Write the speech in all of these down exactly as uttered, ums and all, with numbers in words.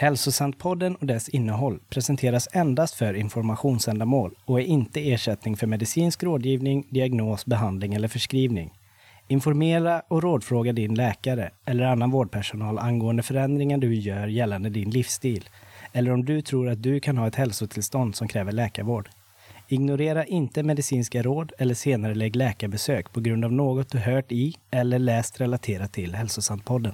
Hälsosantpodden och dess innehåll presenteras endast för informationsändamål och är inte ersättning för medicinsk rådgivning, diagnos, behandling eller förskrivning. Informera och rådfråga din läkare eller annan vårdpersonal angående förändringar du gör gällande din livsstil eller om du tror att du kan ha ett hälsotillstånd som kräver läkarvård. Ignorera inte medicinska råd eller senare lägg läkarbesök på grund av något du hört i eller läst relaterat till Hälsosantpodden.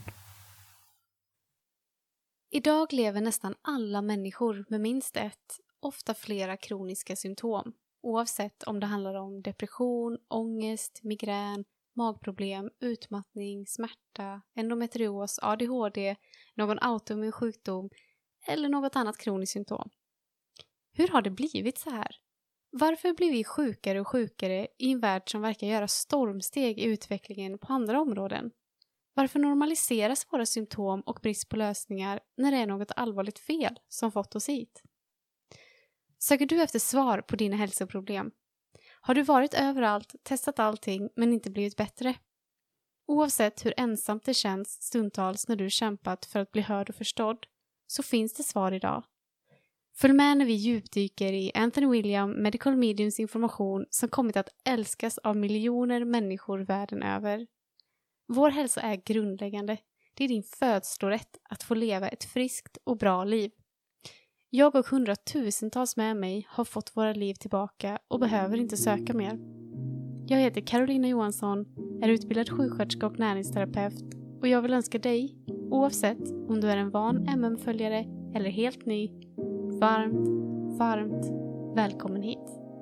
Idag lever nästan alla människor med minst ett, ofta flera kroniska symptom, oavsett om det handlar om depression, ångest, migrän, magproblem, utmattning, smärta, endometrios, A D H D, någon autoimmun sjukdom eller något annat kroniskt symptom. Hur har det blivit så här? Varför blir vi sjukare och sjukare i en värld som verkar göra stormsteg i utvecklingen på andra områden? Varför normaliseras våra symptom och brist på lösningar när det är något allvarligt fel som fått oss hit? Söker du efter svar på dina hälsoproblem? Har du varit överallt, testat allting men inte blivit bättre? Oavsett hur ensamt det känns stundtals när du kämpat för att bli hörd och förstådd, så finns det svar idag. Följ med när vi djupdyker i Anthony William Medical Mediums information som kommit att älskas av miljoner människor världen över. Vår hälsa är grundläggande. Det är din födslorätt att få leva ett friskt och bra liv. Jag och hundratusentals med mig har fått våra liv tillbaka och behöver inte söka mer. Jag heter Carolina Johansson, är utbildad sjuksköterska och näringsterapeut och jag vill önska dig, oavsett om du är en van M M-följare eller helt ny, varmt, varmt välkommen hit.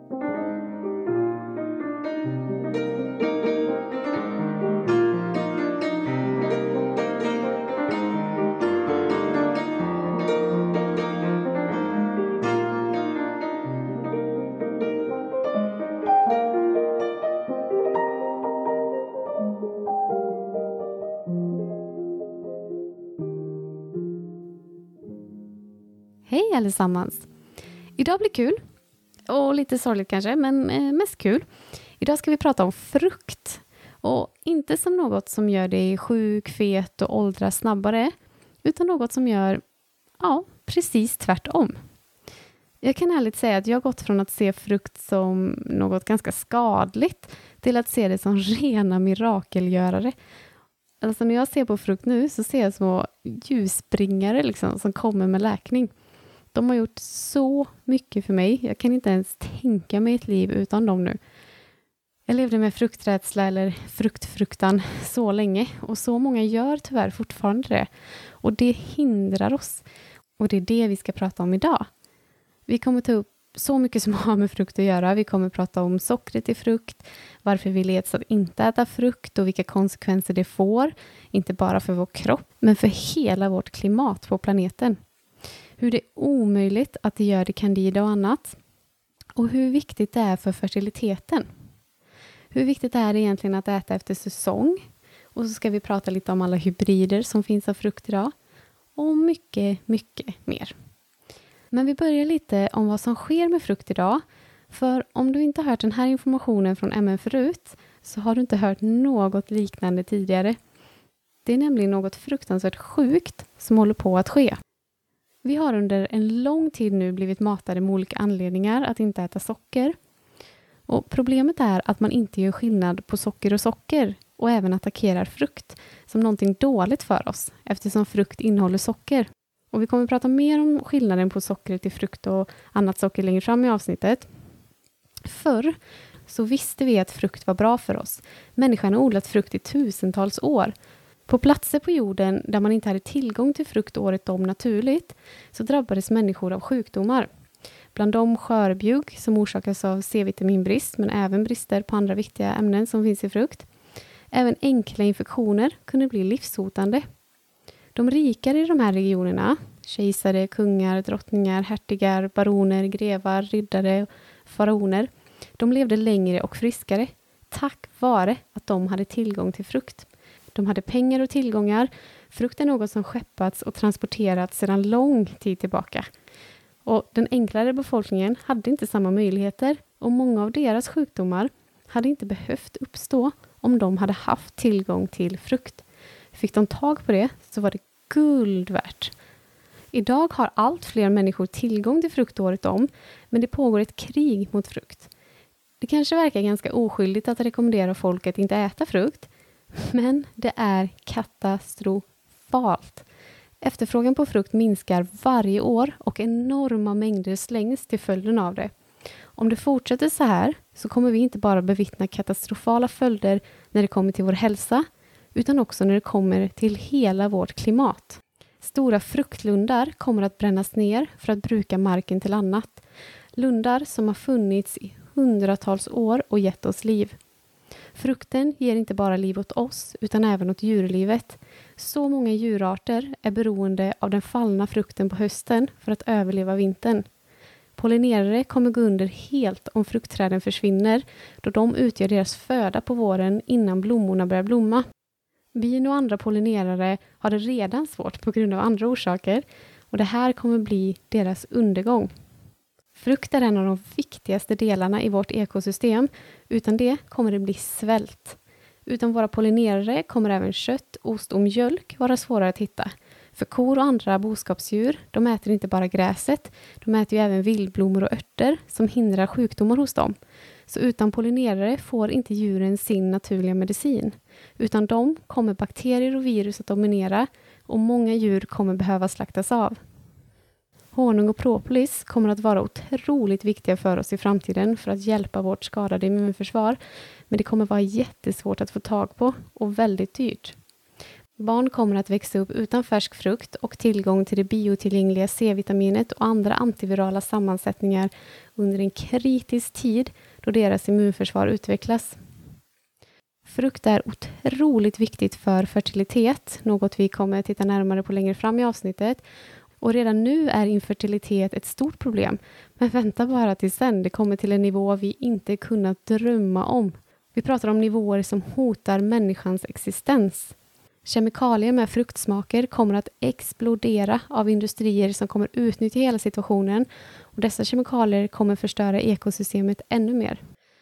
Hej allesammans! Idag blir kul, och lite sorgligt kanske, men eh, mest kul. Idag ska vi prata om frukt. Och inte som något som gör dig sjuk, fet och åldras snabbare, utan något som gör, ja, precis tvärtom. Jag kan ärligt säga att jag har gått från att se frukt som något ganska skadligt till att se det som rena mirakelgörare. Alltså när jag ser på frukt nu så ser jag små ljusbringare liksom, som kommer med läkning. De har gjort så mycket för mig. Jag kan inte ens tänka mig ett liv utan dem nu. Jag levde med frukträdsla eller fruktfruktan så länge. Och så många gör tyvärr fortfarande det. Och det hindrar oss. Och det är det vi ska prata om idag. Vi kommer ta upp så mycket som har med frukt att göra. Vi kommer prata om sockret i frukt. Varför vi leds att inte äta frukt och vilka konsekvenser det får. Inte bara för vår kropp men för hela vårt klimat på planeten. Hur det är omöjligt att det gör det candida och annat. Och hur viktigt det är för fertiliteten. Hur viktigt är det egentligen att äta efter säsong. Och så ska vi prata lite om alla hybrider som finns av frukt idag. Och mycket, mycket mer. Men vi börjar lite om vad som sker med frukt idag. För om du inte har hört den här informationen från M M förut så har du inte hört något liknande tidigare. Det är nämligen något fruktansvärt sjukt som håller på att ske. Vi har under en lång tid nu blivit matade med olika anledningar att inte äta socker. Och problemet är att man inte gör skillnad på socker och socker och även attackerar frukt som någonting dåligt för oss eftersom frukt innehåller socker. Och vi kommer att prata mer om skillnaden på sockret i frukt och annat socker längre fram i avsnittet. Förr så visste vi att frukt var bra för oss. Människan har odlat frukt i tusentals år. På platser på jorden där man inte hade tillgång till frukt året om naturligt så drabbades människor av sjukdomar. Bland dem skörbjugg som orsakas av C-vitaminbrist men även brister på andra viktiga ämnen som finns i frukt. Även enkla infektioner kunde bli livshotande. De rikare i de här regionerna, kejsare, kungar, drottningar, hertigar, baroner, grevar, riddare, faraoner, de levde längre och friskare tack vare att de hade tillgång till frukt. De hade pengar och tillgångar. Frukt är något som skeppats och transporterats sedan lång tid tillbaka. Och den enklare befolkningen hade inte samma möjligheter och många av deras sjukdomar hade inte behövt uppstå om de hade haft tillgång till frukt. Fick de tag på det så var det guld värt. Idag har allt fler människor tillgång till frukt året om, men det pågår ett krig mot frukt. Det kanske verkar ganska oskyldigt att rekommendera folk att inte äta frukt, men det är katastrofalt. Efterfrågan på frukt minskar varje år och enorma mängder slängs till följden av det. Om det fortsätter så här så kommer vi inte bara bevittna katastrofala följder när det kommer till vår hälsa, utan också när det kommer till hela vårt klimat. Stora fruktlundar kommer att brännas ner för att bruka marken till annat. Lundar som har funnits i hundratals år och gett oss liv. Frukten ger inte bara liv åt oss utan även åt djurlivet. Så många djurarter är beroende av den fallna frukten på hösten för att överleva vintern. Pollinerare kommer gå under helt om fruktträden försvinner, då de utgör deras föda på våren innan blommorna börjar blomma. Bin och andra pollinerare har det redan svårt på grund av andra orsaker, och det här kommer bli deras undergång. Frukt är en av de viktigaste delarna i vårt ekosystem. Utan det kommer det bli svält. Utan våra pollinerare kommer även kött, ost och mjölk vara svårare att hitta. För kor och andra boskapsdjur, de äter inte bara gräset, de äter ju även vildblommor och örter som hindrar sjukdomar hos dem. Så utan pollinerare får inte djuren sin naturliga medicin. Utan dem kommer bakterier och virus att dominera och många djur kommer behöva slaktas av. Honung och propolis kommer att vara otroligt viktiga för oss i framtiden för att hjälpa vårt skadade immunförsvar. Men det kommer vara jättesvårt att få tag på och väldigt dyrt. Barn kommer att växa upp utan färsk frukt och tillgång till det biotillgängliga C-vitaminet och andra antivirala sammansättningar under en kritisk tid då deras immunförsvar utvecklas. Frukt är otroligt viktigt för fertilitet, något vi kommer att titta närmare på längre fram i avsnittet. Och redan nu är infertilitet ett stort problem. Men vänta bara till sen, det kommer till en nivå vi inte kunnat drömma om. Vi pratar om nivåer som hotar människans existens. Kemikalier med fruktsmaker kommer att explodera av industrier som kommer utnyttja hela situationen. Och dessa kemikalier kommer förstöra ekosystemet ännu mer.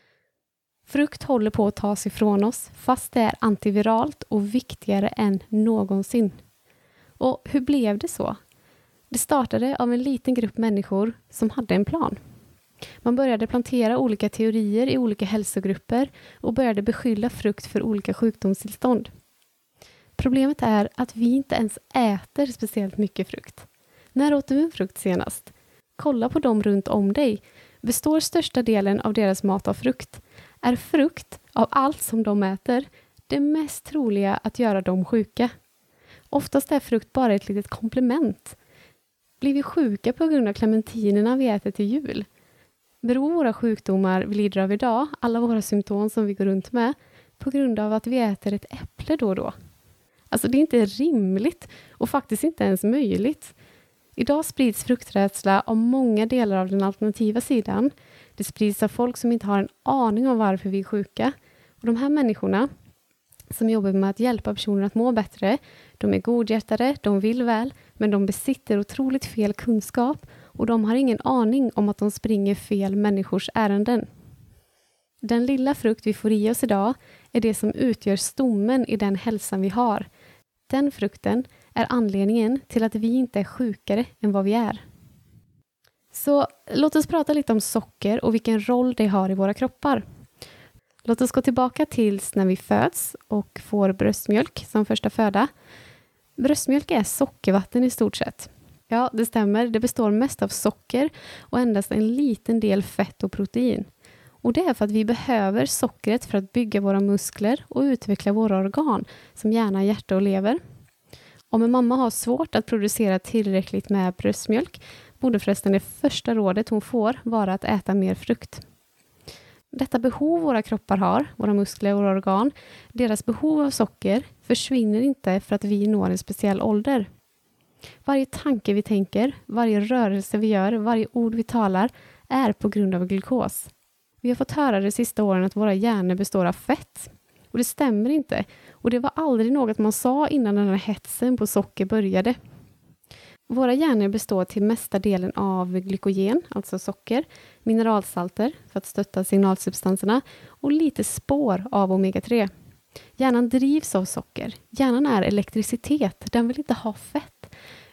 Frukt håller på att tas ifrån oss fast det är antiviralt och viktigare än någonsin. Och hur blev det så? Det startade av en liten grupp människor som hade en plan. Man började plantera olika teorier i olika hälsogrupper och började beskylla frukt för olika sjukdomstillstånd. Problemet är att vi inte ens äter speciellt mycket frukt. När åt du en frukt senast? Kolla på dem runt om dig. Består största delen av deras mat av frukt? Är frukt, av allt som de äter, det mest troliga att göra dem sjuka? Oftast är frukt bara ett litet komplement. Blir vi sjuka på grund av clementinerna vi äter till jul? Beror våra sjukdomar vi lider av idag, alla våra symptom som vi går runt med, på grund av att vi äter ett äpple då och då? Alltså det är inte rimligt och faktiskt inte ens möjligt. Idag sprids frukträdsla av många delar av den alternativa sidan. Det sprids av folk som inte har en aning om varför vi är sjuka. Och de här människorna som jobbar med att hjälpa personer att må bättre, de är godhjärtade, de vill väl, men de besitter otroligt fel kunskap och de har ingen aning om att de springer fel människors ärenden. Den lilla frukt vi får i oss idag är det som utgör stommen i den hälsan vi har. Den frukten är anledningen till att vi inte är sjukare än vad vi är. Så låt oss prata lite om socker och vilken roll det har i våra kroppar. Låt oss gå tillbaka tills när vi föds och får bröstmjölk som första föda. Bröstmjölk är sockervatten i stort sett. Ja, det stämmer. Det består mest av socker och endast en liten del fett och protein. Och det är för att vi behöver sockret för att bygga våra muskler och utveckla våra organ som hjärna, hjärta och lever. Om en mamma har svårt att producera tillräckligt med bröstmjölk borde förresten det första rådet hon får vara att äta mer frukt. Detta behov våra kroppar har, våra muskler och våra organ, deras behov av socker försvinner inte för att vi når en speciell ålder. Varje tanke vi tänker, varje rörelse vi gör, varje ord vi talar är på grund av glukos. Vi har fått höra de sista åren att våra hjärnor består av fett. Och det stämmer inte. Och det var aldrig något man sa innan den här hetsen på socker började. Våra hjärnor består till mesta delen av glykogen, alltså socker, mineralsalter för att stötta signalsubstanserna och lite spår av omega tre. Hjärnan drivs av socker. Hjärnan är elektricitet. Den vill inte ha fett.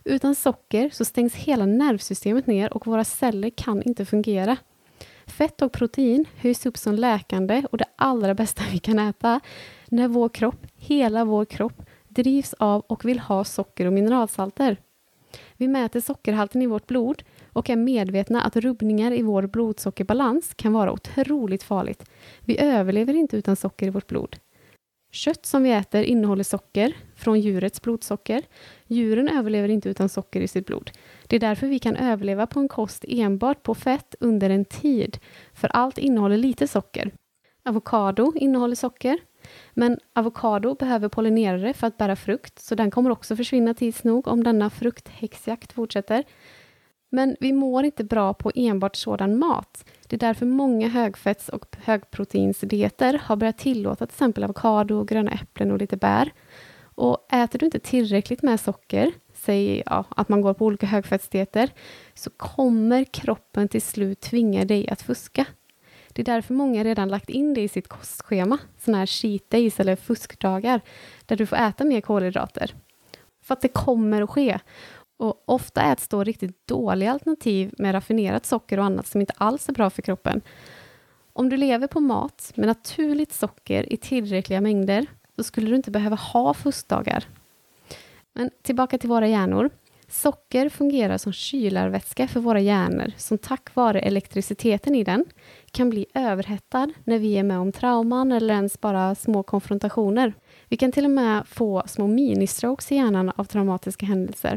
Utan socker så stängs hela nervsystemet ner och våra celler kan inte fungera. Fett och protein höjs upp som läkande och det allra bästa vi kan äta när vår kropp, hela vår kropp, drivs av och vill ha socker och mineralsalter. Vi mäter sockerhalten i vårt blod och är medvetna att rubbningar i vår blodsockerbalans kan vara otroligt farligt. Vi överlever inte utan socker i vårt blod. Kött som vi äter innehåller socker från djurets blodsocker. Djuren överlever inte utan socker i sitt blod. Det är därför vi kan överleva på en kost enbart på fett under en tid. För allt innehåller lite socker. Avokado innehåller socker. Men avokado behöver pollinerare för att bära frukt. Så den kommer också försvinna tids nog om denna frukthäxjakt fortsätter. Men vi mår inte bra på enbart sådan mat. Det är därför många högfetts- och högproteinsdieter har börjat tillåta till exempel avokado, gröna äpplen och lite bär. Och äter du inte tillräckligt med socker, säg ja, att man går på olika högfettsdieter, så kommer kroppen till slut tvinga dig att fuska. Det är därför många redan lagt in det i sitt kostschema, sådana här cheat days eller fuskdagar, där du får äta mer kolhydrater. För att det kommer att ske. Och ofta äts då riktigt dåliga alternativ med raffinerat socker och annat som inte alls är bra för kroppen. Om du lever på mat med naturligt socker i tillräckliga mängder, så skulle du inte behöva ha fuskdagar. Men tillbaka till våra hjärnor. Socker fungerar som kylarvätska för våra hjärnor som tack vare elektriciteten i den kan bli överhettad när vi är med om trauman eller ens bara små konfrontationer. Vi kan till och med få små mini-strokes i hjärnan av traumatiska händelser.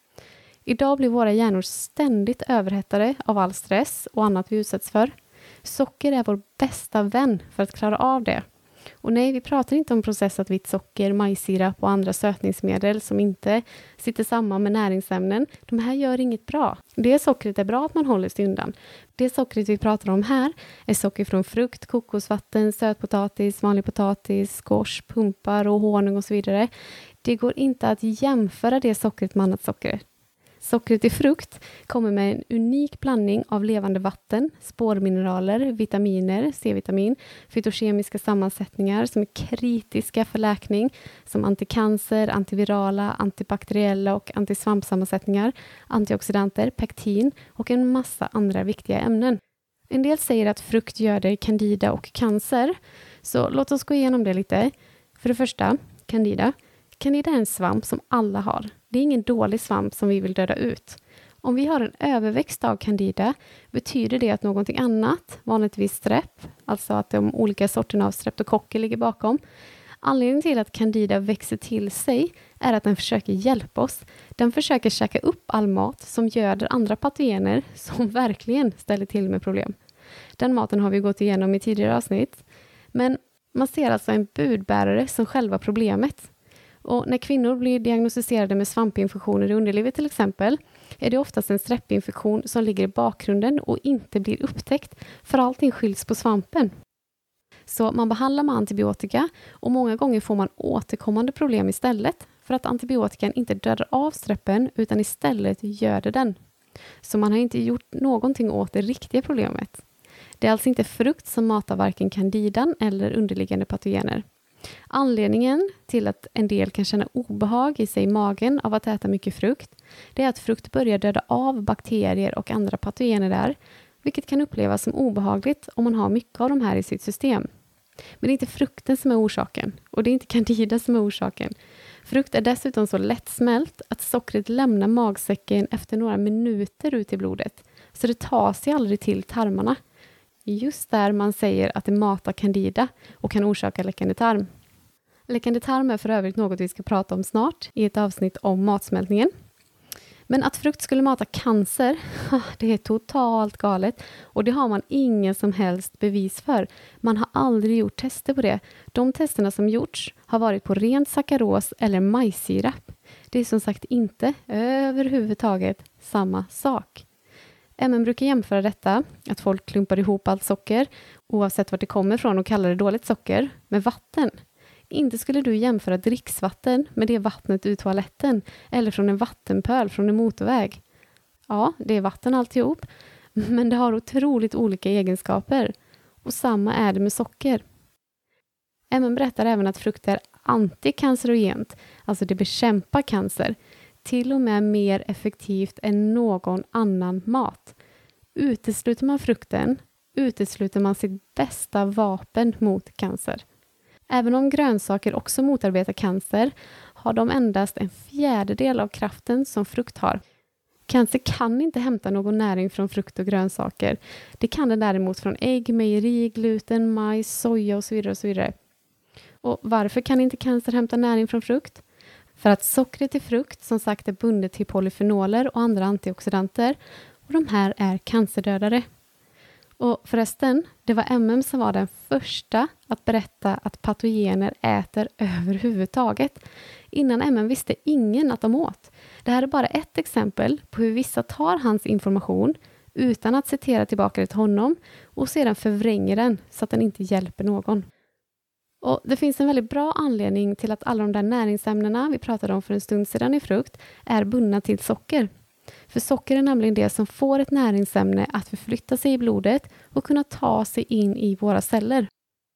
Idag blir våra hjärnor ständigt överhettade av all stress och annat vi utsätts för. Socker är vår bästa vän för att klara av det. Och nej, vi pratar inte om processat vitt socker, majssirap och andra sötningsmedel som inte sitter samman med näringsämnen. De här gör inget bra. Det sockret är bra att man håller sig undan. Det sockret vi pratar om här är socker från frukt, kokosvatten, sötpotatis, vanlig potatis, squash, pumpar och honung och så vidare. Det går inte att jämföra det sockret med annat socker. Sockret i frukt kommer med en unik blandning av levande vatten, spårmineraler, vitaminer, C-vitamin, fytokemiska sammansättningar som är kritiska för läkning som anticancer, antivirala, antibakteriella och antisvampsammansättningar, antioxidanter, pektin och en massa andra viktiga ämnen. En del säger att frukt göder candida och cancer, så låt oss gå igenom det lite. För det första, candida. Candida är en svamp som alla har. Det är ingen dålig svamp som vi vill döda ut. Om vi har en överväxt av candida betyder det att någonting annat, vanligtvis strep, alltså att de olika sorterna av streptokocker ligger bakom. Anledningen till att candida växer till sig är att den försöker hjälpa oss. Den försöker käka upp all mat som göder andra patogener som verkligen ställer till med problem. Den maten har vi gått igenom i tidigare avsnitt. Men man ser alltså en budbärare som själva problemet. Och när kvinnor blir diagnostiserade med svampinfektioner i underlivet till exempel är det oftast en strepinfektion som ligger i bakgrunden och inte blir upptäckt för allting skylls på svampen. Så man behandlar med antibiotika och många gånger får man återkommande problem istället för att antibiotikan inte dödar av streppen utan istället göder den. Så man har inte gjort någonting åt det riktiga problemet. Det är alltså inte frukt som matar varken candidan eller underliggande patogener. Anledningen till att en del kan känna obehag i sig i magen av att äta mycket frukt, det är att frukt börjar döda av bakterier och andra patogener där, vilket kan upplevas som obehagligt om man har mycket av de här i sitt system. Men det är inte frukten som är orsaken, och det är inte candida som är orsaken. Frukt är dessutom så lättsmält att sockret lämnar magsäcken efter några minuter ut i blodet, så det tar sig aldrig till tarmarna. Just där man säger att det matar candida och kan orsaka läckande tarm. Läckande tarm är för övrigt något vi ska prata om snart i ett avsnitt om matsmältningen. Men att frukt skulle mata cancer, det är totalt galet och det har man ingen som helst bevis för. Man har aldrig gjort tester på det. De testerna som gjorts har varit på ren sackaros eller majssirap. Det är som sagt inte överhuvudtaget samma sak. M M brukar jämföra detta, att folk klumpar ihop allt socker, oavsett vart det kommer från och kallar det dåligt socker, med vatten. Inte skulle du jämföra dricksvatten med det vattnet ur toaletten eller från en vattenpöl från en motorväg. Ja, det är vatten alltihop, men det har otroligt olika egenskaper. Och samma är det med socker. M M berättar även att frukt är antikancerogent, alltså det bekämpar cancer. till och med mer effektivt än någon annan mat. Utesluter man frukten, utesluter man sitt bästa vapen mot cancer. Även om grönsaker också motarbetar cancer har de endast en fjärdedel av kraften som frukt har. Cancer kan inte hämta någon näring från frukt och grönsaker. Det kan den däremot från ägg, mejeri, gluten, majs, soja och så vidare och så vidare. Och varför kan inte cancer hämta näring från frukt? För att sockret i frukt som sagt är bundet till polyfenoler och andra antioxidanter och de här är cancerdödare. Och förresten, det var M M som var den första att berätta att patogener äter överhuvudtaget. Innan M M visste ingen att de åt. Det här är bara ett exempel på hur vissa tar hans information utan att citera tillbaka det till honom och sedan förvränger den så att den inte hjälper någon. Och det finns en väldigt bra anledning till att alla de där näringsämnena vi pratade om för en stund sedan i frukt är bundna till socker. För socker är nämligen det som får ett näringsämne att förflytta sig i blodet och kunna ta sig in i våra celler.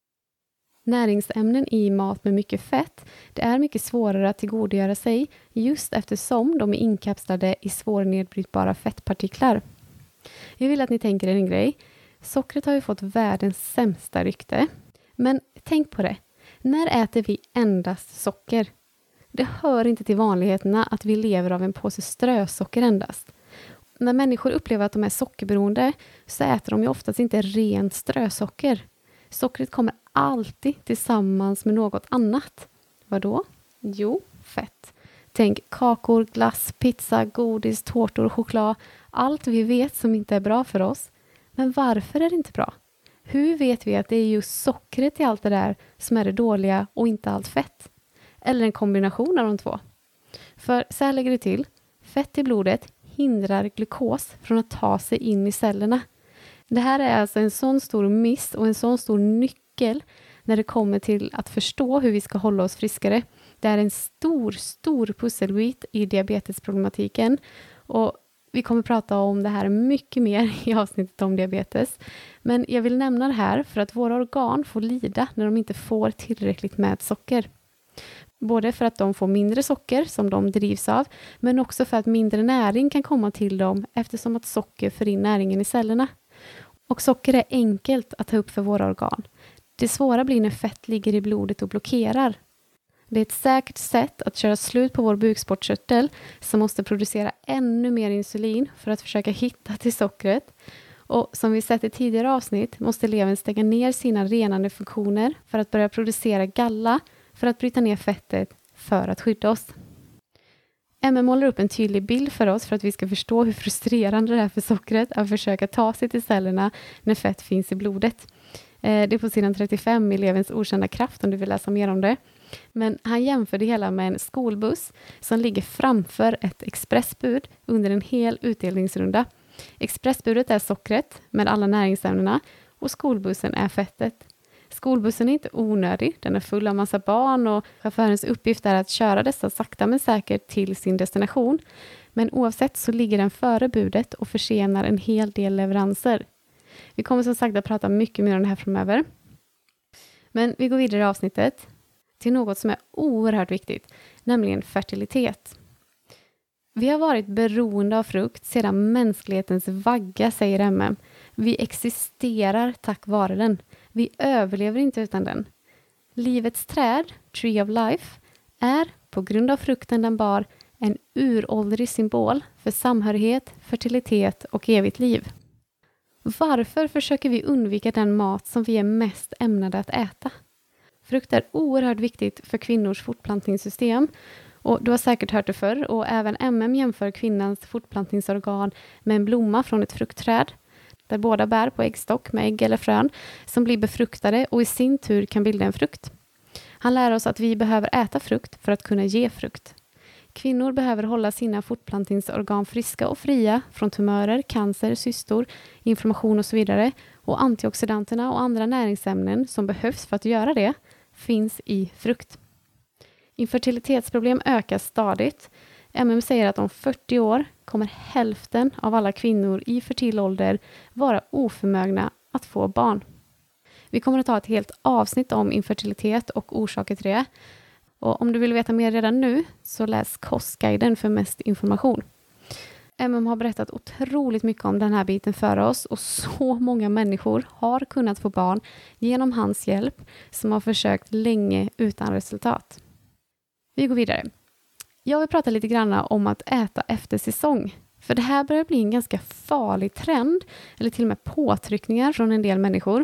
Näringsämnen i mat med mycket fett, det är mycket svårare att tillgodogöra sig just eftersom de är inkapslade i svårnedbrytbara fettpartiklar. Jag vill att ni tänker er en grej. Sockret har ju fått världens sämsta rykte. Men tänk på det. När äter vi endast socker? Det hör inte till vanligheterna att vi lever av en påse strösocker endast. När människor upplever att de är sockerberoende så äter de ju oftast inte rent strösocker. Sockret kommer alltid tillsammans med något annat. Vad då? Jo, fett. Tänk kakor, glass, pizza, godis, tårtor, choklad. Allt vi vet som inte är bra för oss. Men varför är det inte bra? Hur vet vi att det är just sockret i allt det där som är det dåliga och inte allt fett? Eller en kombination av de två. För så här lägger det till. Fett i blodet hindrar glukos från att ta sig in i cellerna. Det här är alltså en sån stor miss och en sån stor nyckel när det kommer till att förstå hur vi ska hålla oss friskare. Det är en stor, stor pusselbit i diabetesproblematiken. Och vi kommer prata om det här mycket mer i avsnittet om diabetes. Men jag vill nämna det här för att våra organ får lida när de inte får tillräckligt med socker. Både för att de får mindre socker som de drivs av, men också för att mindre näring kan komma till dem eftersom att socker för in näringen i cellerna. Och socker är enkelt att ta upp för våra organ. Det svåra blir när fett ligger i blodet och blockerar. Det är ett säkert sätt att köra slut på vår bukspottkörtel som måste producera ännu mer insulin för att försöka hitta till sockret. Och som vi sett i tidigare avsnitt måste levern stänga ner sina renande funktioner för att börja producera galla för att bryta ner fettet för att skydda oss. M M målar upp en tydlig bild för oss för att vi ska förstå hur frustrerande det är för sockret att försöka ta sig till cellerna när fett finns i blodet. Det är på sidan trettiofem i Leverns okända kraft om du vill läsa mer om det. Men han jämför det hela med en skolbuss som ligger framför ett expressbud under en hel utdelningsrunda. Expressbudet är sockret med alla näringsämnena och skolbussen är fettet. Skolbussen är inte onödig, den är full av massa barn och chaufförens uppgift är att köra dessa sakta men säkert till sin destination. Men oavsett så ligger den före budet och försenar en hel del leveranser. Vi kommer som sagt att prata mycket mer om det här framöver. Men vi går vidare i avsnittet till något som är oerhört viktigt, nämligen fertilitet. Vi har varit beroende av frukt sedan mänsklighetens vagga, säger M M. Vi existerar tack vare den. Vi överlever inte utan den. Livets träd, Tree of Life, är på grund av frukten den bar en uråldrig symbol för samhörighet, fertilitet och evigt liv. Varför försöker vi undvika den mat som vi är mest ämnade att äta? Frukt är oerhört viktigt för kvinnors fortplantningssystem. Och du har säkert hört det förr och även M M jämför kvinnans fortplantningsorgan med en blomma från ett fruktträd. Där båda bär på äggstock med ägg eller frön som blir befruktade och i sin tur kan bilda en frukt. Han lär oss att vi behöver äta frukt för att kunna ge frukt. Kvinnor behöver hålla sina fortplantningsorgan friska och fria från tumörer, cancer, cystor, inflammation och så vidare. Och antioxidanterna och andra näringsämnen som behövs för att göra det finns i frukt. Infertilitetsproblem ökar stadigt. M M säger att om fyrtio år kommer hälften av alla kvinnor i fertil ålder vara oförmögna att få barn. Vi kommer att ta ett helt avsnitt om infertilitet och orsaker till det. Och om du vill veta mer redan nu så läs Kostguiden för mest information. M M har berättat otroligt mycket om den här biten för oss och så många människor har kunnat få barn genom hans hjälp som har försökt länge utan resultat. Vi går vidare. Jag vill prata lite grann om att äta efter säsong. För det här börjar bli en ganska farlig trend eller till och med påtryckningar från en del människor.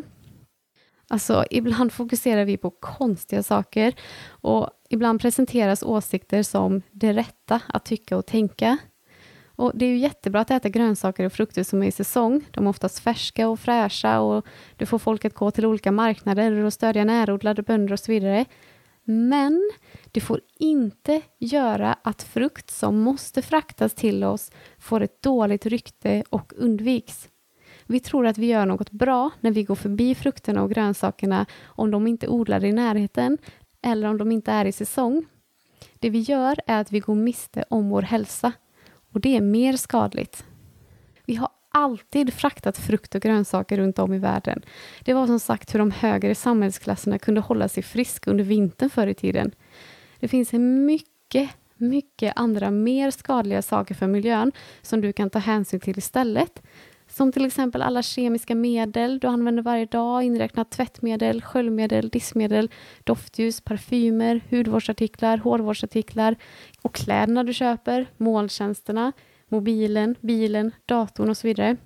Alltså ibland fokuserar vi på konstiga saker och ibland presenteras åsikter som det rätta att tycka och tänka. Och det är ju jättebra att äta grönsaker och frukter som är i säsong. De är oftast färska och fräscha och du får folk att gå till olika marknader och stödja närodlade bönder och så vidare. Men det får inte göra att frukt som måste fraktas till oss får ett dåligt rykte och undviks. Vi tror att vi gör något bra när vi går förbi frukterna och grönsakerna om de inte odlar i närheten eller om de inte är i säsong. Det vi gör är att vi går miste om vår hälsa och det är mer skadligt. Vi har alltid fraktat frukt och grönsaker runt om i världen. Det var som sagt hur de högre samhällsklasserna kunde hålla sig friska under vintern förr i tiden. Det finns mycket, mycket andra mer skadliga saker för miljön som du kan ta hänsyn till istället. Som till exempel alla kemiska medel du använder varje dag, inräknat tvättmedel, sköljmedel, diskmedel, doftljus, parfymer, hudvårdsartiklar, hårvårdsartiklar och kläderna du köper, molntjänsterna, mobilen, bilen, datorn och så vidare.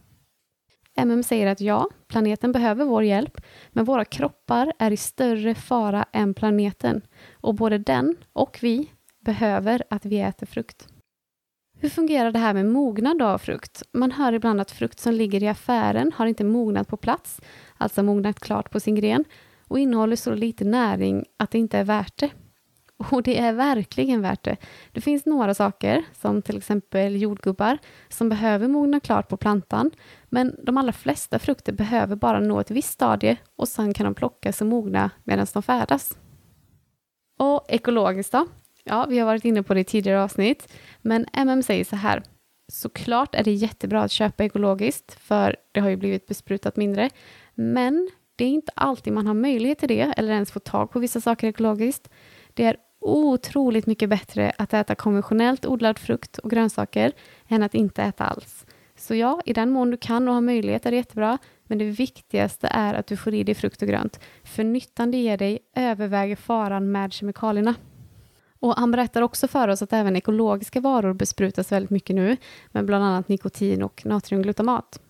M M säger att ja, planeten behöver vår hjälp, men våra kroppar är i större fara än planeten och både den och vi behöver att vi äter frukt. Hur fungerar det här med mognad av frukt? Man hör ibland att frukt som ligger i affären har inte mognat på plats, alltså mognat klart på sin gren och innehåller så lite näring att det inte är värt det. Och det är verkligen värt det. Det finns några saker, som till exempel jordgubbar, som behöver mogna klart på plantan. Men de allra flesta frukter behöver bara nå ett visst stadie och sen kan de plockas och mogna medan de färdas. Och ekologiskt då? Ja, vi har varit inne på det i tidigare avsnitt. Men M M säger så här. Såklart är det jättebra att köpa ekologiskt, för det har ju blivit besprutat mindre. Men det är inte alltid man har möjlighet till det eller ens få tag på vissa saker ekologiskt. Det är otroligt mycket bättre att äta konventionellt odlad frukt och grönsaker än att inte äta alls. Så ja, i den mån du kan och har möjlighet är det jättebra, men det viktigaste är att du får i dig frukt och grönt. För nyttan det ger dig överväger faran med kemikalierna. Och han berättar också för oss att även ekologiska varor besprutas väldigt mycket nu, med bland annat nikotin och natriumglutamat.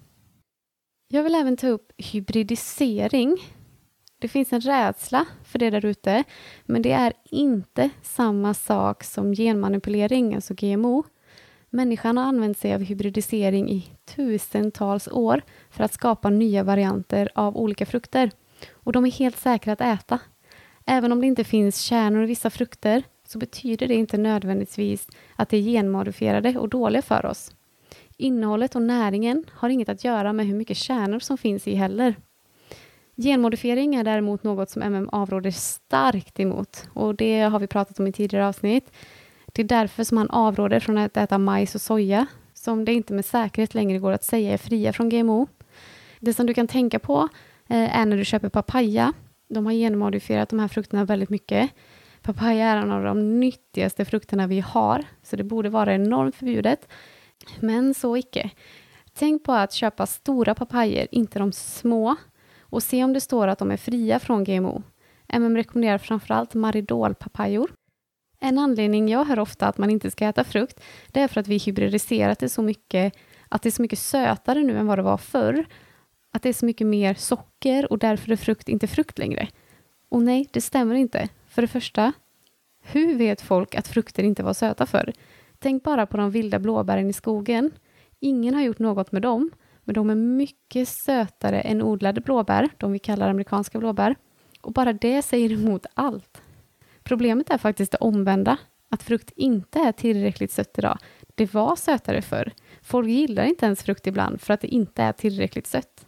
Jag vill även ta upp hybridisering. Det finns en rädsla för det där ute, men det är inte samma sak som genmanipulering, alltså G M O. Människan har använt sig av hybridisering i tusentals år för att skapa nya varianter av olika frukter. Och de är helt säkra att äta. Även om det inte finns kärnor i vissa frukter så betyder det inte nödvändigtvis att det är genmodifierade och dåliga för oss. Innehållet och näringen har inget att göra med hur mycket kärnor som finns i heller. Genmodifiering är däremot något som M M avråder starkt emot, och det har vi pratat om i tidigare avsnitt. Det är därför som han avråder från att äta majs och soja, som det inte med säkerhet längre går att säga är fria från G M O. Det som du kan tänka på är när du köper papaya. De har genmodifierat de här frukterna väldigt mycket. Papaya är en av de nyttigaste frukterna vi har, så det borde vara enormt förbjudet. Men så icke. Tänk på att köpa stora papayer, inte de små. Och se om det står att de är fria från G M O. M M rekommenderar framförallt Maridol-papajor. En anledning jag hör ofta att man inte ska äta frukt, det är för att vi hybridiserat det så mycket, att det är så mycket sötare nu än vad det var förr. Att det är så mycket mer socker och därför är frukt inte frukt längre. Och nej, det stämmer inte. För det första, hur vet folk att frukter inte var söta förr? Tänk bara på de vilda blåbären i skogen. Ingen har gjort något med dem. Men de är mycket sötare än odlade blåbär, de vi kallar amerikanska blåbär. Och bara det säger emot allt. Problemet är faktiskt det omvända, att frukt inte är tillräckligt sött idag. Det var sötare förr. Folk gillar inte ens frukt ibland för att det inte är tillräckligt sött.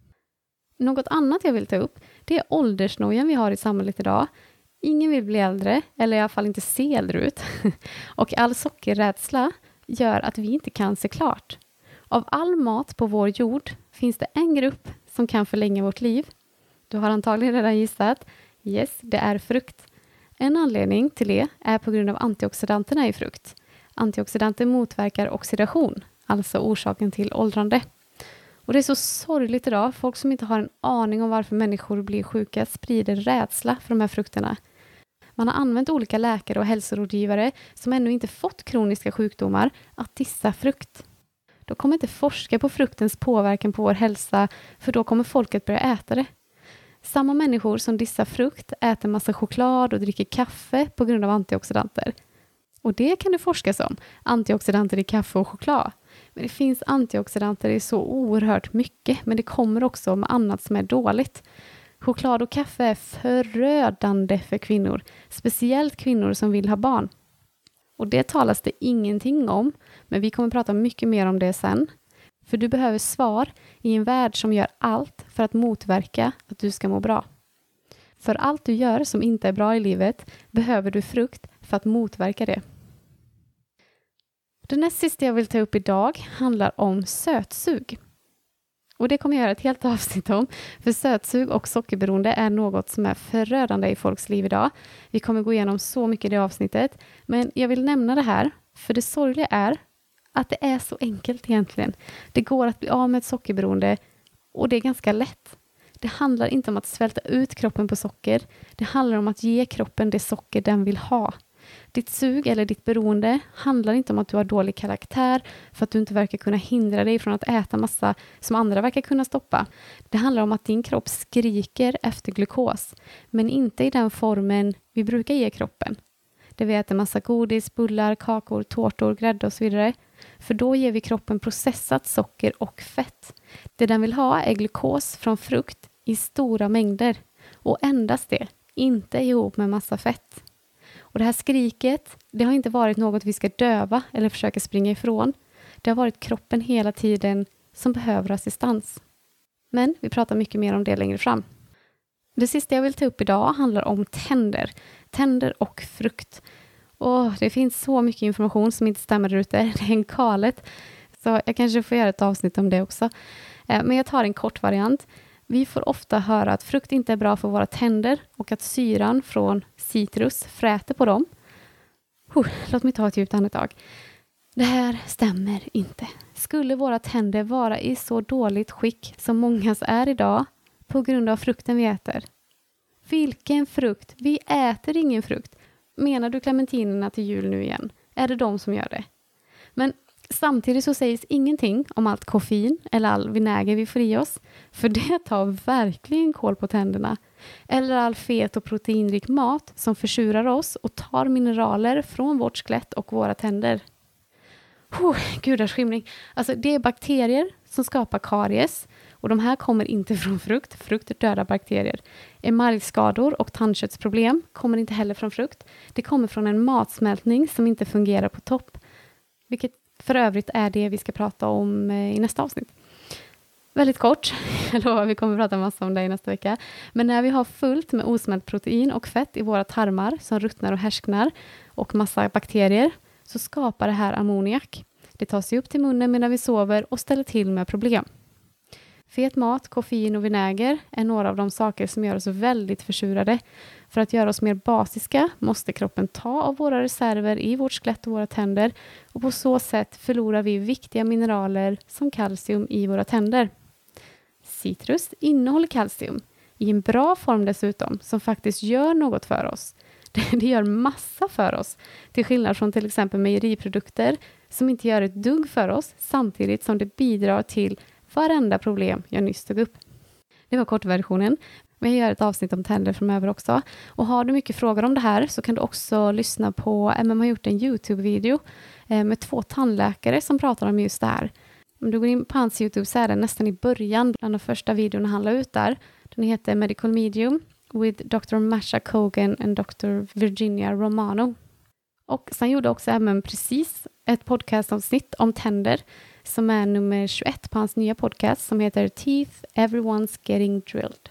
Något annat jag vill ta upp, det är åldersnojan vi har i samhället idag. Ingen vill bli äldre, eller i alla fall inte se äldre ut. Och all sockerrädsla gör att vi inte kan se klart. Av all mat på vår jord finns det en grupp som kan förlänga vårt liv. Du har antagligen redan gissat. Yes, det är frukt. En anledning till det är på grund av antioxidanterna i frukt. Antioxidanter motverkar oxidation, alltså orsaken till åldrande. Och det är så sorgligt idag. Folk som inte har en aning om varför människor blir sjuka sprider rädsla för de här frukterna. Man har använt olika läkare och hälsorådgivare som ännu inte fått kroniska sjukdomar att dissa frukt. Då kommer inte forska på fruktens påverkan på vår hälsa, för då kommer folket börja äta det. Samma människor som dissar frukt äter massa choklad och dricker kaffe på grund av antioxidanter. Och det kan det forskas om, antioxidanter i kaffe och choklad. Men det finns antioxidanter i så oerhört mycket, men det kommer också med annat som är dåligt. Choklad och kaffe är förödande för kvinnor, speciellt kvinnor som vill ha barn. Och det talas det ingenting om, men vi kommer prata mycket mer om det sen. För du behöver svar i en värld som gör allt för att motverka att du ska må bra. För allt du gör som inte är bra i livet behöver du frukt för att motverka det. Det näst sista jag vill ta upp idag handlar om sötsug. Och det kommer jag göra ett helt avsnitt om. För sötsug och sockerberoende är något som är förödande i folks liv idag. Vi kommer gå igenom så mycket i det avsnittet. Men jag vill nämna det här. För det sorgliga är att det är så enkelt egentligen. Det går att bli av med ett sockerberoende och det är ganska lätt. Det handlar inte om att svälta ut kroppen på socker. Det handlar om att ge kroppen det socker den vill ha. Ditt sug eller ditt beroende handlar inte om att du har dålig karaktär för att du inte verkar kunna hindra dig från att äta massa som andra verkar kunna stoppa. Det handlar om att din kropp skriker efter glukos, men inte i den formen vi brukar ge kroppen. Där vi äter massa godis, bullar, kakor, tårtor, grädde och så vidare. För då ger vi kroppen processat socker och fett. Det den vill ha är glukos från frukt i stora mängder. Och endast det, inte ihop med massa fett. Och det här skriket, det har inte varit något vi ska döva eller försöka springa ifrån. Det har varit kroppen hela tiden som behöver assistans. Men vi pratar mycket mer om det längre fram. Det sista jag vill ta upp idag handlar om tänder. Tänder och frukt. Och det finns så mycket information som inte stämmer där ute. Det är en galet. Så jag kanske får göra ett avsnitt om det också. Men jag tar en kort variant. Vi får ofta höra att frukt inte är bra för våra tänder och att syran från citrus fräter på dem. Oh, låt mig ta ett djupt andetag. Det här stämmer inte. Skulle våra tänder vara i så dåligt skick som mångas är idag på grund av frukten vi äter? Vilken frukt? Vi äter ingen frukt. Menar du clementinerna till jul nu igen? Är det de som gör det? Men samtidigt så sägs ingenting om allt koffein eller all vinäger vi får i oss. För det tar verkligen kål på tänderna. Eller all fet och proteinrik mat som försurar oss och tar mineraler från vårt skelett och våra tänder. Oh, gudars skymning. Alltså det är bakterier som skapar karies. Och de här kommer inte från frukt. Frukt är döda bakterier. Emaljskador och tandköttsproblem kommer inte heller från frukt. Det kommer från en matsmältning som inte fungerar på topp. Vilket för övrigt är det vi ska prata om i nästa avsnitt. Väldigt kort. Jag lovar, vi kommer att prata massa om det i nästa vecka. Men när vi har fullt med osmält protein och fett i våra tarmar som ruttnar och härsknar och massa bakterier så skapar det här ammoniak. Det tar sig upp till munnen medan vi sover och ställer till med problem. Fet mat, koffein och vinäger är några av de saker som gör oss väldigt försurade. För att göra oss mer basiska måste kroppen ta av våra reserver i vårt skelett och våra tänder. Och på så sätt förlorar vi viktiga mineraler som kalcium i våra tänder. Citrus innehåller kalcium i en bra form dessutom som faktiskt gör något för oss. Det gör massa för oss. Till skillnad från till exempel mejeriprodukter som inte gör ett dugg för oss samtidigt som det bidrar till varenda problem jag nyss tog upp. Det var kortversionen. Men jag gör ett avsnitt om tänder framöver också. Och har du mycket frågor om det här så kan du också lyssna på, M M har gjort en YouTube-video med två tandläkare som pratar om just det här. Om du går in på hans YouTube så är den nästan i början bland de första videorna han la ut där. Den heter Medical Medium with doktor Masha Kogan and doktor Virginia Romano. Och sen gjorde också M M precis ett podcastavsnitt om tänder som är nummer tjugoett på hans nya podcast som heter Teeth Everyone's Getting Drilled.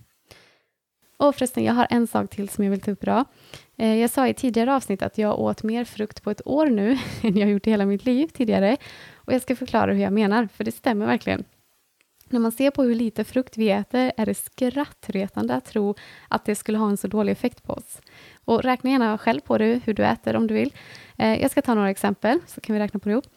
Och förresten, jag har en sak till som jag vill ta upp idag. Jag sa i tidigare avsnitt att jag åt mer frukt på ett år nu än jag gjort i hela mitt liv tidigare. Och jag ska förklara hur jag menar, för det stämmer verkligen. När man ser på hur lite frukt vi äter är det skrattretande att tro att det skulle ha en så dålig effekt på oss. Och räkna gärna själv på det, hur du äter om du vill. Eh, jag ska ta några exempel så kan vi räkna på det ihop.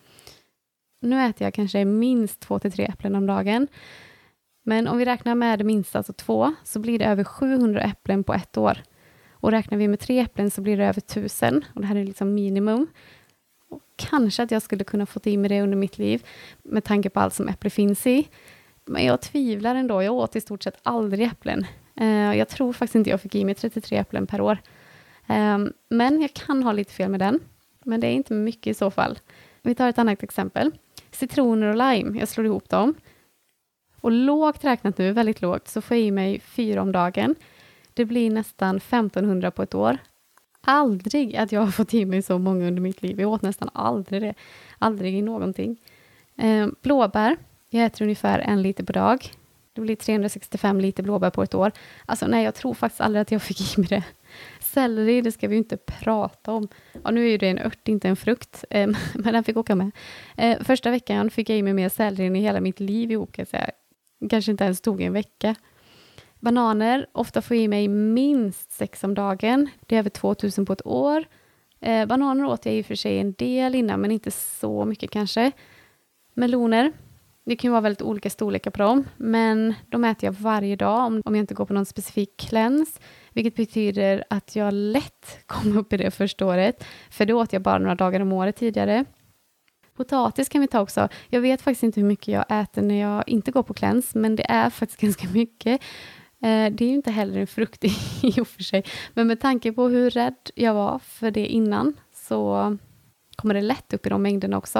Nu äter jag kanske minst två till tre äpplen om dagen. Men om vi räknar med det minsta, alltså två, så blir det över sjuhundra äpplen på ett år. Och räknar vi med tre äpplen så blir det över tusen. Och det här är liksom minimum. Och kanske att jag skulle kunna få i mig det under mitt liv med tanke på allt som äpple finns i. Men jag tvivlar ändå. Jag åt i stort sett aldrig äpplen. Uh, jag tror faktiskt inte jag fick i mig trettiotre äpplen per år. Um, men jag kan ha lite fel med den. Men det är inte mycket i så fall. Vi tar ett annat exempel. Citroner och lime. Jag slår ihop dem. Och lågt räknat nu, väldigt lågt, så får jag i mig fyra om dagen. Det blir nästan femtonhundra på ett år. Aldrig att jag har fått i mig så många under mitt liv. Jag åt nästan aldrig det. Aldrig i någonting. Uh, blåbär. Jag äter ungefär en liter per dag. Det blir trehundrasextiofem liter blåbär på ett år. Alltså nej, jag tror faktiskt aldrig att jag fick i mig det. Selleri, det ska vi ju inte prata om. Ja, nu är ju det en ört, inte en frukt. Eh, men den fick åka med. Eh, första veckan fick jag i mig mer selleri än i hela mitt liv ihop. Så jag kanske inte ens tog en vecka. Bananer, ofta får jag i mig minst sex om dagen. Det är över tvåtusen på ett år. Eh, bananer åt jag i och för sig en del innan, men inte så mycket kanske. Meloner. Det kan ju vara väldigt olika storlekar på dem, men de äter jag varje dag om, om jag inte går på någon specifik cleanse, vilket betyder att jag lätt kommer upp i det första året, för det åt jag bara några dagar om året tidigare. Potatis kan vi ta också. Jag vet faktiskt inte hur mycket jag äter när jag inte går på cleanse, men det är faktiskt ganska mycket. Eh, det är ju inte heller en frukt i, i och för sig, men med tanke på hur rädd jag var för det innan så kommer det lätt upp i de mängderna också.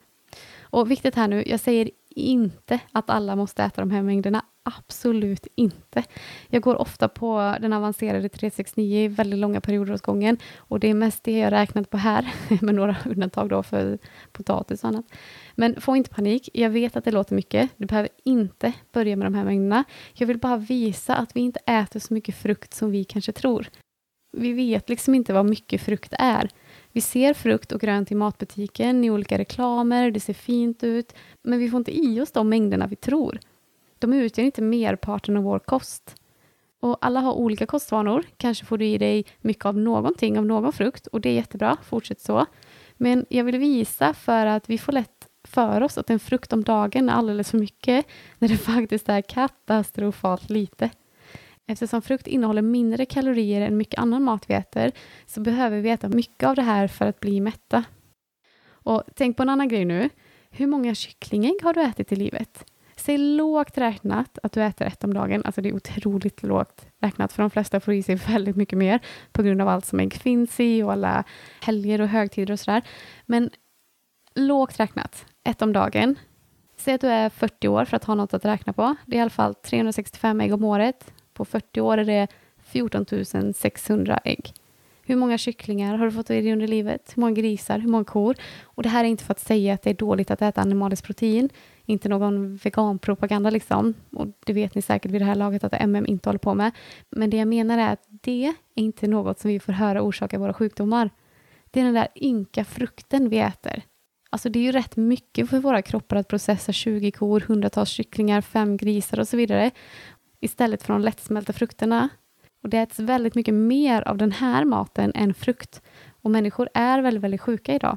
Och viktigt här nu, jag säger inte att alla måste äta de här mängderna. Absolut inte. Jag går ofta på den avancerade tre sextionio i väldigt långa perioder åt gången. Och det är mest det jag räknat på här. Med några undantag då för potatis och annat. Men få inte panik. Jag vet att det låter mycket. Du behöver inte börja med de här mängderna. Jag vill bara visa att vi inte äter så mycket frukt som vi kanske tror. Vi vet liksom inte vad mycket frukt är. Vi ser frukt och grönt i matbutiken, i olika reklamer, det ser fint ut. Men vi får inte i oss de mängderna vi tror. De utgör inte merparten av vår kost. Och alla har olika kostvanor. Kanske får du i dig mycket av någonting, av någon frukt. Och det är jättebra, fortsätt så. Men jag vill visa för att vi får lätt för oss att en frukt om dagen är alldeles för mycket. När det faktiskt är katastrofalt lite. Eftersom frukt innehåller mindre kalorier än mycket annan mat vi äter så behöver vi äta mycket av det här för att bli mätta. Och tänk på en annan grej nu. Hur många kycklingar har du ätit i livet? Säg lågt räknat att du äter ett om dagen. Alltså det är otroligt lågt räknat för de flesta får i sig väldigt mycket mer på grund av allt som ägg finns i och alla helger och högtider och sådär. Men lågt räknat, ett om dagen. Säg att du är fyrtio år för att ha något att räkna på. Det är i alla fall trehundrasextiofem ägg om året. På fyrtio år är det fjorton tusen sexhundra ägg. Hur många kycklingar har du fått i dig under livet? Hur många grisar? Hur många kor? Och det här är inte för att säga att det är dåligt att äta animaliskt protein. Inte någon veganpropaganda liksom. Och det vet ni säkert vid det här laget att M M inte håller på med. Men det jag menar är att det är inte något som vi får höra orsakar våra sjukdomar. Det är den där ynka frukten vi äter. Alltså det är ju rätt mycket för våra kroppar att processa tjugo kor, hundratals kycklingar, fem grisar och så vidare. Istället för de lättsmälta frukterna. Och det äts väldigt mycket mer av den här maten än frukt. Och människor är väldigt, väldigt sjuka idag.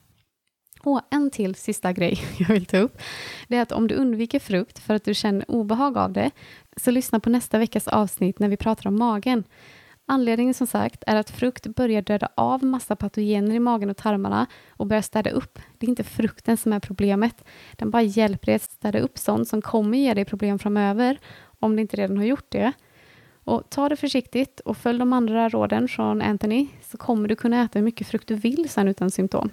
Och en till sista grej jag vill ta upp. Det är att om du undviker frukt för att du känner obehag av det. Så lyssna på nästa veckas avsnitt när vi pratar om magen. Anledningen som sagt är att frukt börjar döda av massa patogener i magen och tarmarna och börjar städa upp. Det är inte frukten som är problemet. Den bara hjälper dig att städa upp sånt som kommer ge dig problem framöver. Om det inte redan har gjort det. Och ta det försiktigt och följ de andra råden från Anthony så kommer du kunna äta hur mycket frukt du vill sen utan symptom.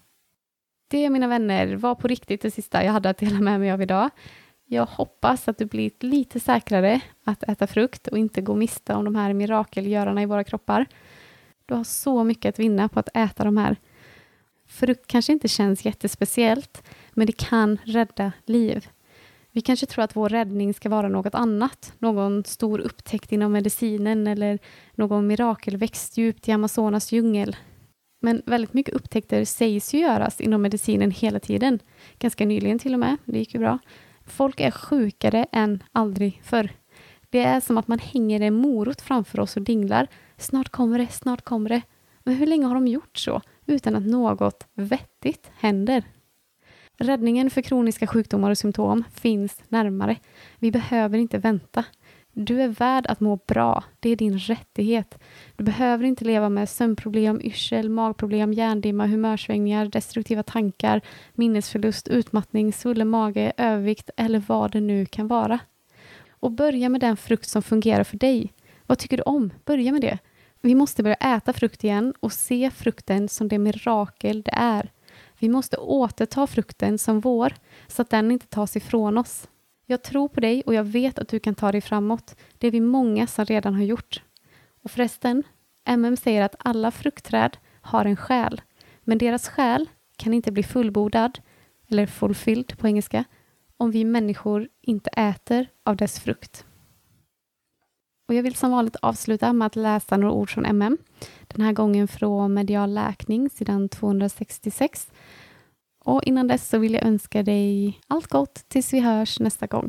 Det, mina vänner, var på riktigt det sista jag hade att dela med mig av idag. Jag hoppas att du blir lite säkrare att äta frukt och inte gå miste om de här mirakelgörarna i våra kroppar. Du har så mycket att vinna på att äta de här. Frukt kanske inte känns jättespeciellt, men det kan rädda liv. Vi kanske tror att vår räddning ska vara något annat. Någon stor upptäckt inom medicinen eller någon mirakelväxt djupt i Amazonas djungel. Men väldigt mycket upptäckter sägs ju göras inom medicinen hela tiden. Ganska nyligen till och med, det gick ju bra. Folk är sjukare än aldrig förr. Det är som att man hänger en morot framför oss och dinglar. Snart kommer det, snart kommer det. Men hur länge har de gjort så utan att något vettigt händer? Räddningen för kroniska sjukdomar och symptom finns närmare. Vi behöver inte vänta. Du är värd att må bra. Det är din rättighet. Du behöver inte leva med sömnproblem, yrsel, magproblem, hjärndimma, humörsvängningar, destruktiva tankar, minnesförlust, utmattning, svullen mage, övervikt eller vad det nu kan vara. Och börja med den frukt som fungerar för dig. Vad tycker du om? Börja med det. Vi måste börja äta frukt igen och se frukten som det mirakel det är. Vi måste återta frukten som vår så att den inte tas ifrån oss. Jag tror på dig och jag vet att du kan ta dig framåt. Det är vi många som redan har gjort. Och förresten, M M säger att alla fruktträd har en själ. Men deras själ kan inte bli fullbordad, eller fulfilled på engelska, om vi människor inte äter av dess frukt. Och jag vill som vanligt avsluta med att läsa några ord från M M. Den här gången från Medial läkning, sidan tvåhundrasextiosex. Och innan dess så vill jag önska dig allt gott tills vi hörs nästa gång.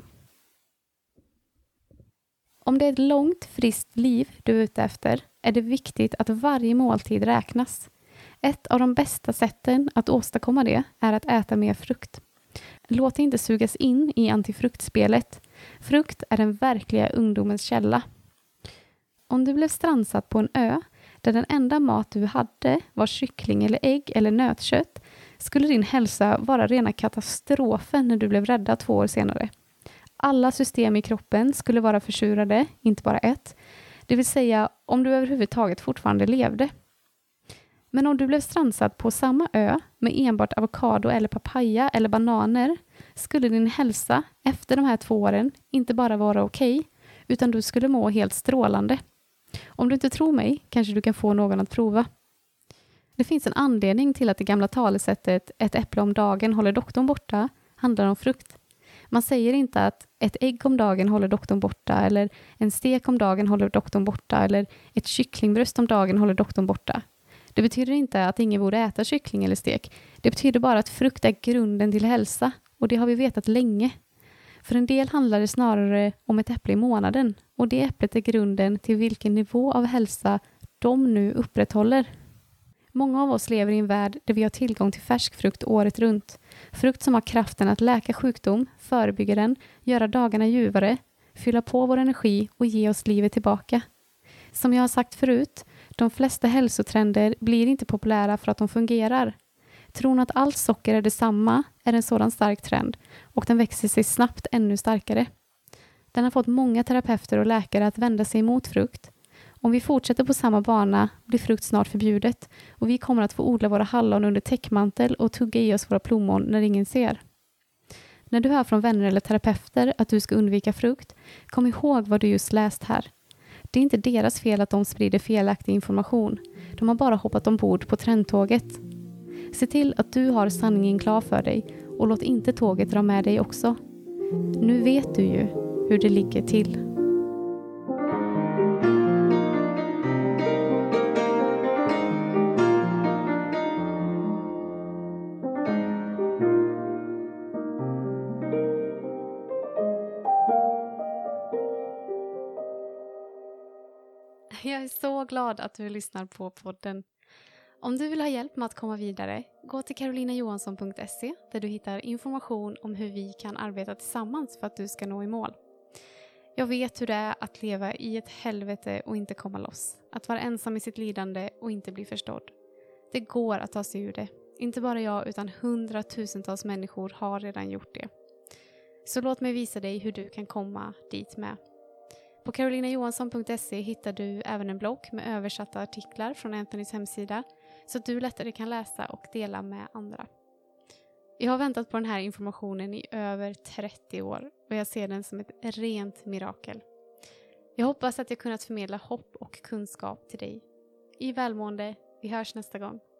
Om det är ett långt, friskt liv du är ute efter är det viktigt att varje måltid räknas. Ett av de bästa sätten att åstadkomma det är att äta mer frukt. Låt inte sugas in i antifruktspelet. Frukt är den verkliga ungdomens källa. Om du blev strandsatt på en ö där den enda mat du hade var kyckling eller ägg eller nötkött skulle din hälsa vara rena katastrofen när du blev räddad två år senare. Alla system i kroppen skulle vara försurade, inte bara ett. Det vill säga om du överhuvudtaget fortfarande levde. Men om du blev strandsatt på samma ö med enbart avokado eller papaya eller bananer skulle din hälsa efter de här två åren inte bara vara okej utan du skulle må helt strålande. Om du inte tror mig kanske du kan få någon att prova. Det finns en anledning till att det gamla talesättet ett äpple om dagen håller doktorn borta handlar om frukt. Man säger inte att ett ägg om dagen håller doktorn borta eller en stek om dagen håller doktorn borta eller ett kycklingbröst om dagen håller doktorn borta. Det betyder inte att ingen borde äta kyckling eller stek. Det betyder bara att frukt är grunden till hälsa och det har vi vetat länge. För en del handlar det snarare om ett äpple i månaden och det äpplet är grunden till vilken nivå av hälsa de nu upprätthåller. Många av oss lever i en värld där vi har tillgång till färsk frukt året runt. Frukt som har kraften att läka sjukdom, förebygga den, göra dagarna ljuvare, fylla på vår energi och ge oss livet tillbaka. Som jag har sagt förut, de flesta hälsotrender blir inte populära för att de fungerar. Tron att allt socker är detsamma är en sådan stark trend och den växer sig snabbt ännu starkare. Den har fått många terapeuter och läkare att vända sig emot frukt. Om vi fortsätter på samma bana blir frukt snart förbjudet och vi kommer att få odla våra hallon under täckmantel och tugga i oss våra plommon när ingen ser. När du hör från vänner eller terapeuter att du ska undvika frukt, kom ihåg vad du just läst här. Det är inte deras fel att de sprider felaktig information. De har bara hoppat ombord på trendtåget. Se till att du har sanningen klar för dig och låt inte tåget dra med dig också. Nu vet du ju hur det ligger till. Jag är så glad att du lyssnar på podden. Om du vill ha hjälp med att komma vidare, gå till carolina johansson punkt se där du hittar information om hur vi kan arbeta tillsammans för att du ska nå i mål. Jag vet hur det är att leva i ett helvete och inte komma loss. Att vara ensam i sitt lidande och inte bli förstådd. Det går att ta sig ur det. Inte bara jag utan hundratusentals människor har redan gjort det. Så låt mig visa dig hur du kan komma dit med. På carolina johansson punkt se hittar du även en blogg med översatta artiklar från Anthonys hemsida så att du lättare kan läsa och dela med andra. Jag har väntat på den här informationen i över trettio år och jag ser den som ett rent mirakel. Jag hoppas att jag kunnat förmedla hopp och kunskap till dig. I välmående, vi hörs nästa gång.